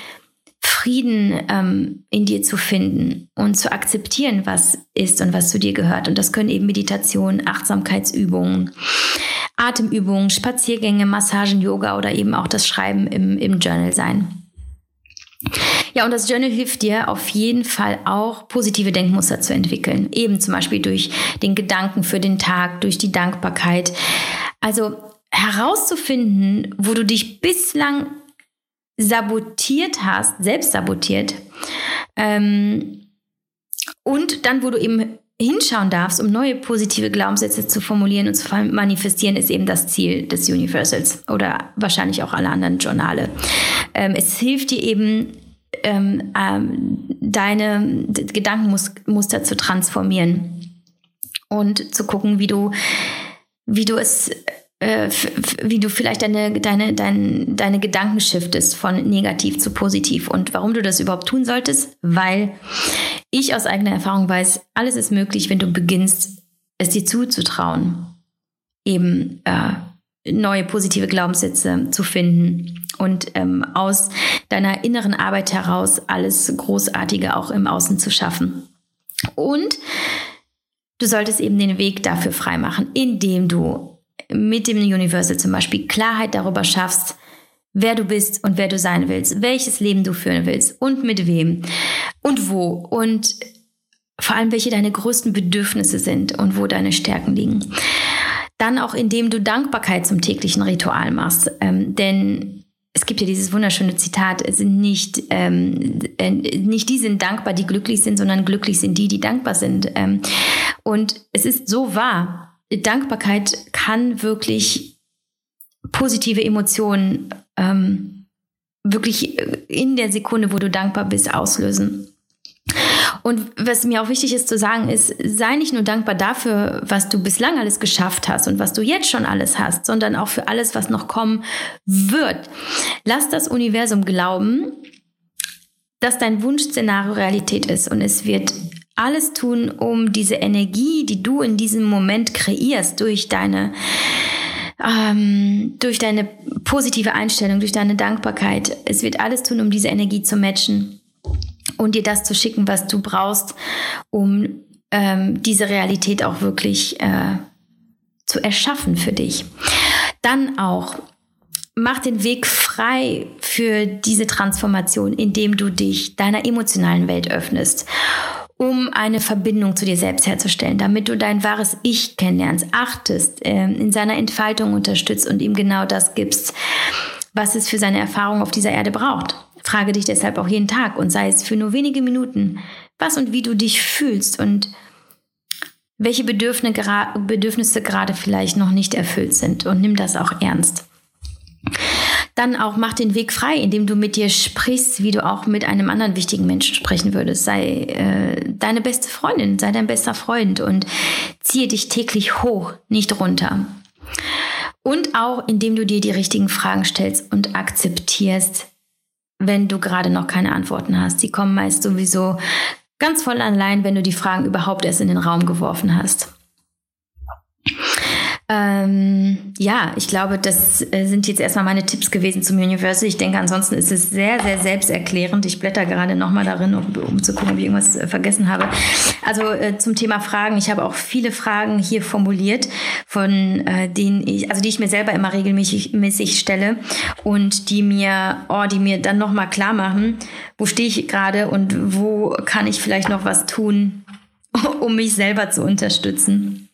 Frieden in dir zu finden und zu akzeptieren, was ist und was zu dir gehört. Und das können eben Meditation, Achtsamkeitsübungen, Atemübungen, Spaziergänge, Massagen, Yoga oder eben auch das Schreiben im Journal sein. Ja, und das Journal hilft dir auf jeden Fall auch, positive Denkmuster zu entwickeln. Eben zum Beispiel durch den Gedanken für den Tag, durch die Dankbarkeit. Also herauszufinden, wo du dich bislang sabotiert hast, selbst sabotiert, Und dann, wo du eben hinschauen darfst, um neue positive Glaubenssätze zu formulieren und zu manifestieren, ist eben das Ziel des Universals oder wahrscheinlich auch alle anderen Journale. Es hilft dir eben, deine Gedankenmuster zu transformieren und zu gucken, wie du vielleicht deine Gedanken shiftest von negativ zu positiv. Und warum du das überhaupt tun solltest? Weil ich aus eigener Erfahrung weiß, alles ist möglich, wenn du beginnst, es dir zuzutrauen, eben neue positive Glaubenssätze zu finden und aus deiner inneren Arbeit heraus alles Großartige auch im Außen zu schaffen. Und du solltest eben den Weg dafür freimachen, indem du mit dem Universal zum Beispiel Klarheit darüber schaffst, wer du bist und wer du sein willst, welches Leben du führen willst und mit wem und wo und vor allem, welche deine größten Bedürfnisse sind und wo deine Stärken liegen. Dann auch, indem du Dankbarkeit zum täglichen Ritual machst, denn es gibt ja dieses wunderschöne Zitat, es sind nicht die sind dankbar, die glücklich sind, sondern glücklich sind die dankbar sind. Und es ist so wahr, Dankbarkeit kann wirklich positive Emotionen wirklich in der Sekunde, wo du dankbar bist, auslösen. Und was mir auch wichtig ist zu sagen, ist, sei nicht nur dankbar dafür, was du bislang alles geschafft hast und was du jetzt schon alles hast, sondern auch für alles, was noch kommen wird. Lass das Universum glauben, dass dein Wunschszenario Realität ist und es wird alles tun, um diese Energie, die du in diesem Moment kreierst, durch deine positive Einstellung, durch deine Dankbarkeit. Es wird alles tun, um diese Energie zu matchen und dir das zu schicken, was du brauchst, um diese Realität auch wirklich zu erschaffen für dich. Dann auch, mach den Weg frei für diese Transformation, indem du dich deiner emotionalen Welt öffnest, um eine Verbindung zu dir selbst herzustellen, damit du dein wahres Ich kennenlernst, achtest, in seiner Entfaltung unterstützt und ihm genau das gibst, was es für seine Erfahrung auf dieser Erde braucht. Frage dich deshalb auch jeden Tag und sei es für nur wenige Minuten, was und wie du dich fühlst und welche Bedürfnisse gerade vielleicht noch nicht erfüllt sind, und nimm das auch ernst. Dann auch mach den Weg frei, indem du mit dir sprichst, wie du auch mit einem anderen wichtigen Menschen sprechen würdest. Sei deine beste Freundin, sei dein bester Freund und ziehe dich täglich hoch, nicht runter. Und auch, indem du dir die richtigen Fragen stellst und akzeptierst, wenn du gerade noch keine Antworten hast. Die kommen meist sowieso ganz voll allein, wenn du die Fragen überhaupt erst in den Raum geworfen hast. Ich glaube, das sind jetzt erstmal meine Tipps gewesen zum Universal. Ich denke, ansonsten ist es sehr, sehr selbsterklärend. Ich blätter gerade nochmal darin, um zu gucken, ob ich irgendwas vergessen habe. Also zum Thema Fragen. Ich habe auch viele Fragen hier formuliert, die ich mir selber immer regelmäßig stelle und die mir dann nochmal klar machen, wo stehe ich gerade und wo kann ich vielleicht noch was tun, um mich selber zu unterstützen.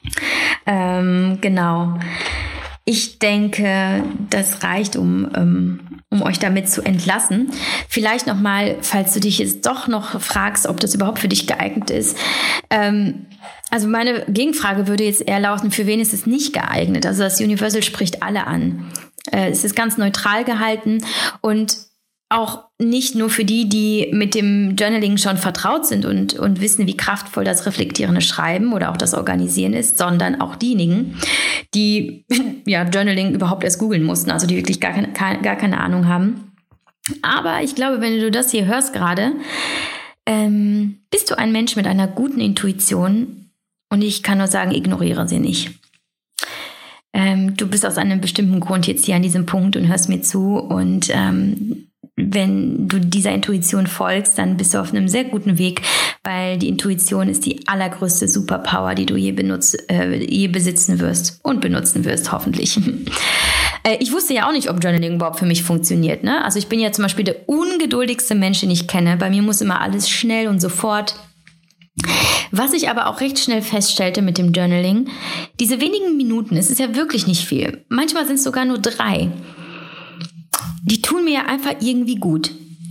Genau. Ich denke, das reicht, um euch damit zu entlassen. Vielleicht nochmal, falls du dich jetzt doch noch fragst, ob das überhaupt für dich geeignet ist. Also meine Gegenfrage würde jetzt eher lauten, für wen ist es nicht geeignet? Also das Universal spricht alle an. Es ist ganz neutral gehalten und auch nicht nur für die mit dem Journaling schon vertraut sind und wissen, wie kraftvoll das reflektierende Schreiben oder auch das Organisieren ist, sondern auch diejenigen, die Journaling überhaupt erst googeln mussten, also die wirklich gar keine Ahnung haben. Aber ich glaube, wenn du das hier hörst gerade, bist du ein Mensch mit einer guten Intuition und ich kann nur sagen, ignoriere sie nicht. Du bist aus einem bestimmten Grund jetzt hier an diesem Punkt und hörst mir zu und wenn du dieser Intuition folgst, dann bist du auf einem sehr guten Weg, weil die Intuition ist die allergrößte Superpower, die du je besitzen wirst und benutzen wirst, hoffentlich. Ich wusste ja auch nicht, ob Journaling überhaupt für mich funktioniert, ne? Also ich bin ja zum Beispiel der ungeduldigste Mensch, den ich kenne. Bei mir muss immer alles schnell und sofort. Was ich aber auch recht schnell feststellte mit dem Journaling, diese wenigen Minuten, es ist ja wirklich nicht viel. Manchmal sind es sogar nur 3. Die tun mir einfach irgendwie gut.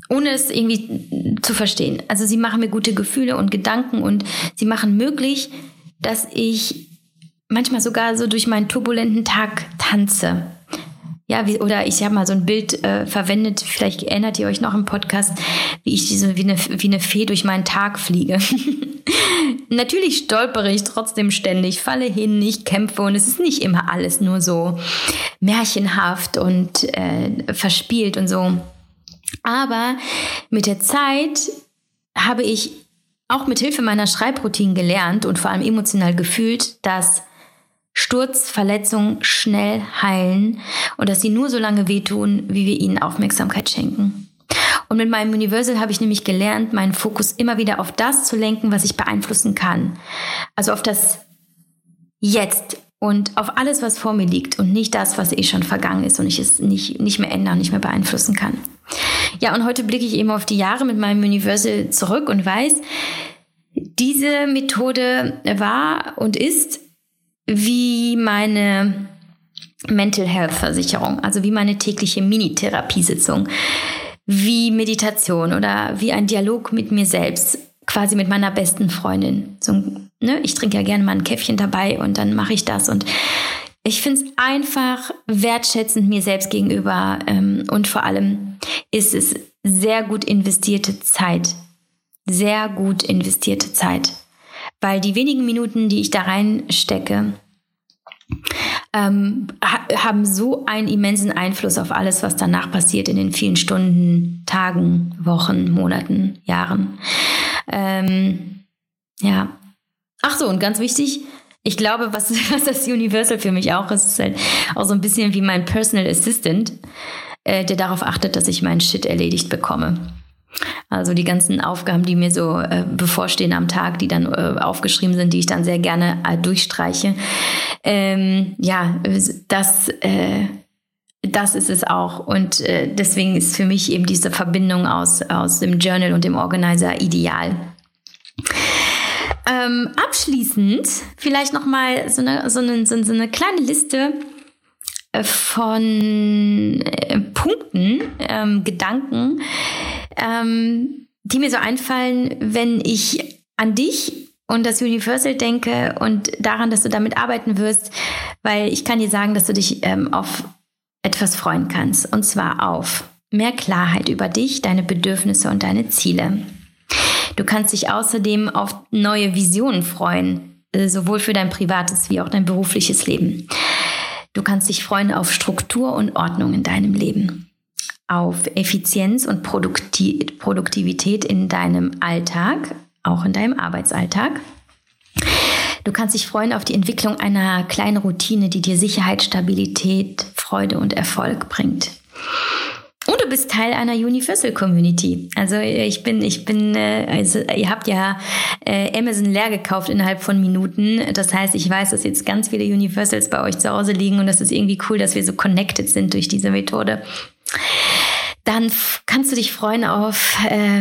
ohne es irgendwie zu verstehen. Also sie machen mir gute Gefühle und Gedanken und sie machen möglich, dass ich manchmal sogar so durch meinen turbulenten Tag tanze. Ja, oder ich habe mal so ein Bild verwendet, vielleicht erinnert ihr euch noch im Podcast, wie ich wie eine Fee durch meinen Tag fliege. Natürlich stolpere ich trotzdem ständig, falle hin, ich kämpfe und es ist nicht immer alles nur so märchenhaft und verspielt und so. Aber mit der Zeit habe ich auch mit Hilfe meiner Schreibroutinen gelernt und vor allem emotional gefühlt, dass Sturzverletzungen schnell heilen und dass sie nur so lange wehtun, wie wir ihnen Aufmerksamkeit schenken. Und mit meinem Universal habe ich nämlich gelernt, meinen Fokus immer wieder auf das zu lenken, was ich beeinflussen kann. Also auf das Jetzt und auf alles, was vor mir liegt und nicht das, was schon vergangen ist und ich es nicht mehr ändern, nicht mehr beeinflussen kann. Ja, und heute blicke ich eben auf die Jahre mit meinem Universal zurück und weiß, diese Methode war und ist wie meine Mental Health Versicherung, also wie meine tägliche Mini-Therapiesitzung, wie Meditation oder wie ein Dialog mit mir selbst, quasi mit meiner besten Freundin. So, ich trinke ja gerne mal ein Käffchen dabei und dann mache ich das und ich finde es einfach wertschätzend mir selbst gegenüber und vor allem ist es sehr gut investierte Zeit. Sehr gut investierte Zeit. Weil die wenigen Minuten, die ich da reinstecke, haben so einen immensen Einfluss auf alles, was danach passiert in den vielen Stunden, Tagen, Wochen, Monaten, Jahren. Ja. Ach so, und ganz wichtig, ich glaube, was das Universal für mich auch ist halt auch so ein bisschen wie mein Personal Assistant, der darauf achtet, dass ich meinen Shit erledigt bekomme. Also die ganzen Aufgaben, die mir so bevorstehen am Tag, die dann aufgeschrieben sind, die ich dann sehr gerne durchstreiche. Das ist es auch. Und deswegen ist für mich eben diese Verbindung aus dem Journal und dem Organizer ideal. Abschließend vielleicht nochmal so eine kleine Liste von Punkten, Gedanken, die mir so einfallen, wenn ich an dich und das Universal denke und daran, dass du damit arbeiten wirst, weil ich kann dir sagen, dass du dich auf etwas freuen kannst, und zwar auf mehr Klarheit über dich, deine Bedürfnisse und deine Ziele. Du kannst dich außerdem auf neue Visionen freuen, sowohl für dein privates wie auch dein berufliches Leben. Du kannst dich freuen auf Struktur und Ordnung in deinem Leben, auf Effizienz und Produktivität in deinem Alltag, auch in deinem Arbeitsalltag. Du kannst dich freuen auf die Entwicklung einer kleinen Routine, die dir Sicherheit, Stabilität, Freude und Erfolg bringt. Und du bist Teil einer Universal Community. Also ihr habt ja Amazon leer gekauft innerhalb von Minuten. Das heißt, ich weiß, dass jetzt ganz viele Universals bei euch zu Hause liegen und das ist irgendwie cool, dass wir so connected sind durch diese Methode. Dann kannst du dich freuen auf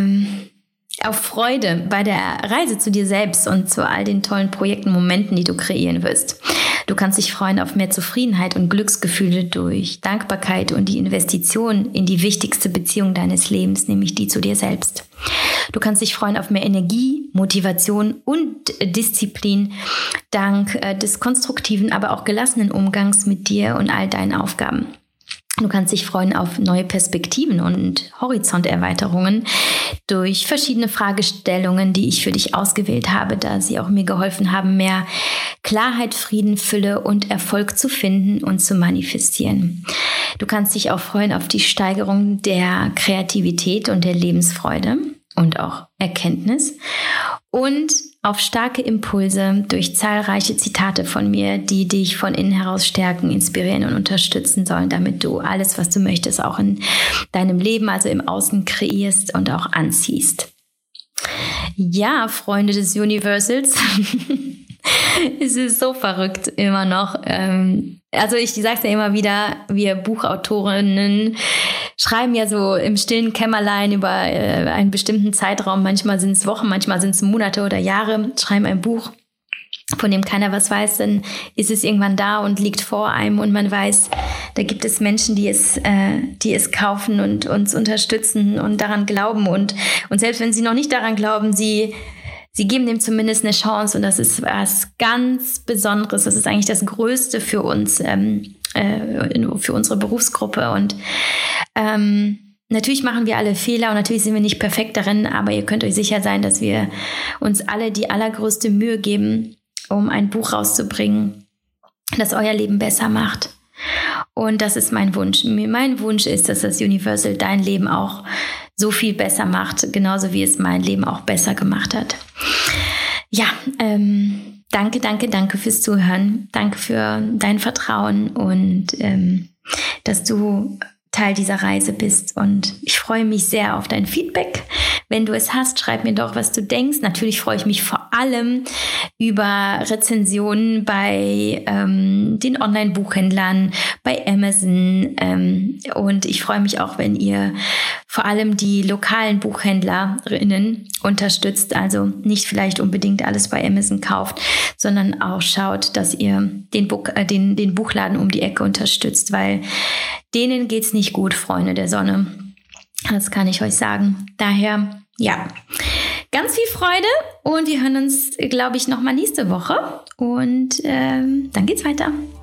Freude bei der Reise zu dir selbst und zu all den tollen Projekten, Momenten, die du kreieren wirst. Du kannst dich freuen auf mehr Zufriedenheit und Glücksgefühle durch Dankbarkeit und die Investition in die wichtigste Beziehung deines Lebens, nämlich die zu dir selbst. Du kannst dich freuen auf mehr Energie, Motivation und Disziplin dank des konstruktiven, aber auch gelassenen Umgangs mit dir und all deinen Aufgaben. Du kannst dich freuen auf neue Perspektiven und Horizonterweiterungen durch verschiedene Fragestellungen, die ich für dich ausgewählt habe, da sie auch mir geholfen haben, mehr Klarheit, Frieden, Fülle und Erfolg zu finden und zu manifestieren. Du kannst dich auch freuen auf die Steigerung der Kreativität und der Lebensfreude und auch Erkenntnis und auf starke Impulse durch zahlreiche Zitate von mir, die dich von innen heraus stärken, inspirieren und unterstützen sollen, damit du alles, was du möchtest, auch in deinem Leben, also im Außen kreierst und auch anziehst. Ja, Freunde des Universals, es ist so verrückt immer noch. Also ich sage es ja immer wieder, wir Buchautorinnen schreiben ja so im stillen Kämmerlein über einen bestimmten Zeitraum. Manchmal sind es Wochen, manchmal sind es Monate oder Jahre, schreiben ein Buch. von dem keiner was weiß, dann ist es irgendwann da und liegt vor einem und man weiß, da gibt es Menschen, die es kaufen und uns unterstützen und daran glauben und selbst wenn sie noch nicht daran glauben, sie geben dem zumindest eine Chance und das ist was ganz Besonderes. Das ist eigentlich das Größte für uns, für unsere Berufsgruppe und natürlich machen wir alle Fehler und natürlich sind wir nicht perfekt darin, aber ihr könnt euch sicher sein, dass wir uns alle die allergrößte Mühe geben, um ein Buch rauszubringen, das euer Leben besser macht. Und das ist mein Wunsch. Mein Wunsch ist, dass das Universal dein Leben auch so viel besser macht, genauso wie es mein Leben auch besser gemacht hat. Ja, danke fürs Zuhören. Danke für dein Vertrauen und dass du Teil dieser Reise bist. Und ich freue mich sehr auf dein Feedback. Wenn du es hast, schreib mir doch, was du denkst. Natürlich freue ich mich vor allem über Rezensionen bei den Online-Buchhändlern, bei Amazon. Und ich freue mich auch, wenn ihr vor allem die lokalen BuchhändlerInnen unterstützt. Also nicht vielleicht unbedingt alles bei Amazon kauft, sondern auch schaut, dass ihr den Buchladen um die Ecke unterstützt, weil denen geht's nicht gut, Freunde der Sonne. Das kann ich euch sagen. Daher, ja, ganz viel Freude und wir hören uns, glaube ich, nochmal nächste Woche und dann geht's weiter.